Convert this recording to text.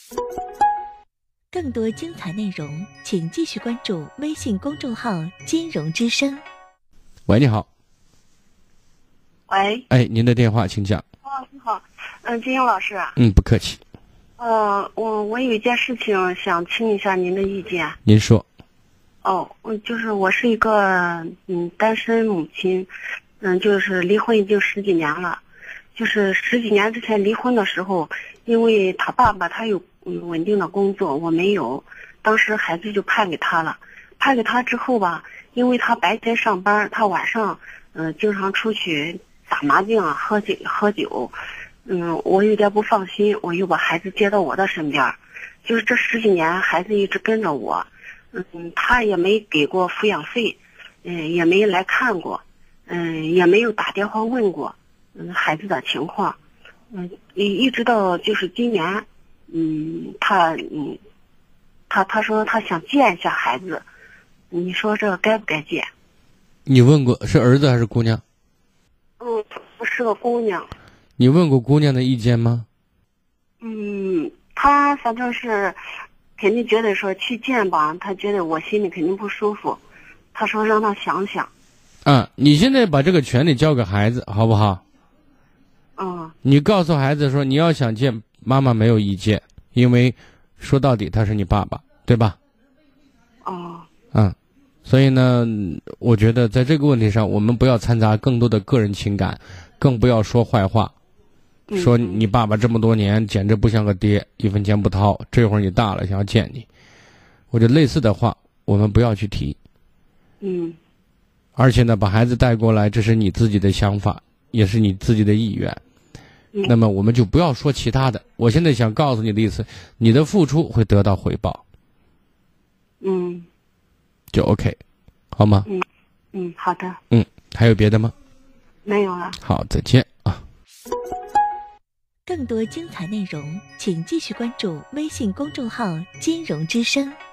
更多精彩内容，请继续关注微信公众号“金融之声”。 喂，你好。 喂。 哎，您的电话请讲。 你好，金英老师。 不客气。 我有一件事情想听一下您的意见。 您说。 就是我是一个单身母亲，就是离婚已经十几年了。就是十几年之前离婚的时候，因为他爸爸他有稳定的工作，我没有，当时孩子就判给他了。判给他之后吧，因为他白天上班，他晚上经常出去打麻将啊，喝酒，我有点不放心，我又把孩子接到我的身边。就是这十几年，孩子一直跟着我，他也没给过抚养费，也没来看过，也没有打电话问过，孩子的情况，一直到就是今年，他说他想见一下孩子，你说这该不该见？ 你问过是儿子还是姑娘？ 是个姑娘。 你问过姑娘的意见吗？ 她反正是肯定觉得说去见吧，她觉得我心里肯定不舒服，她说让她想想。 你现在把这个权利交给孩子好不好？你告诉孩子说你要想见妈妈没有意见，因为说到底他是你爸爸，对吧？所以呢，我觉得在这个问题上，我们不要掺杂更多的个人情感，更不要说坏话，说你爸爸这么多年简直不像个爹，一分钱不掏，这会儿你大了想要见你，我觉得类似的话我们不要去提。而且呢，把孩子带过来，这是你自己的想法，也是你自己的意愿。那么我们就不要说其他的。我现在想告诉你的意思，你的付出会得到回报。就 OK， 好吗？ 好的。 还有别的吗？ 没有了。 好，再见啊。 更多精彩内容，请继续关注微信公众号“金融之声”。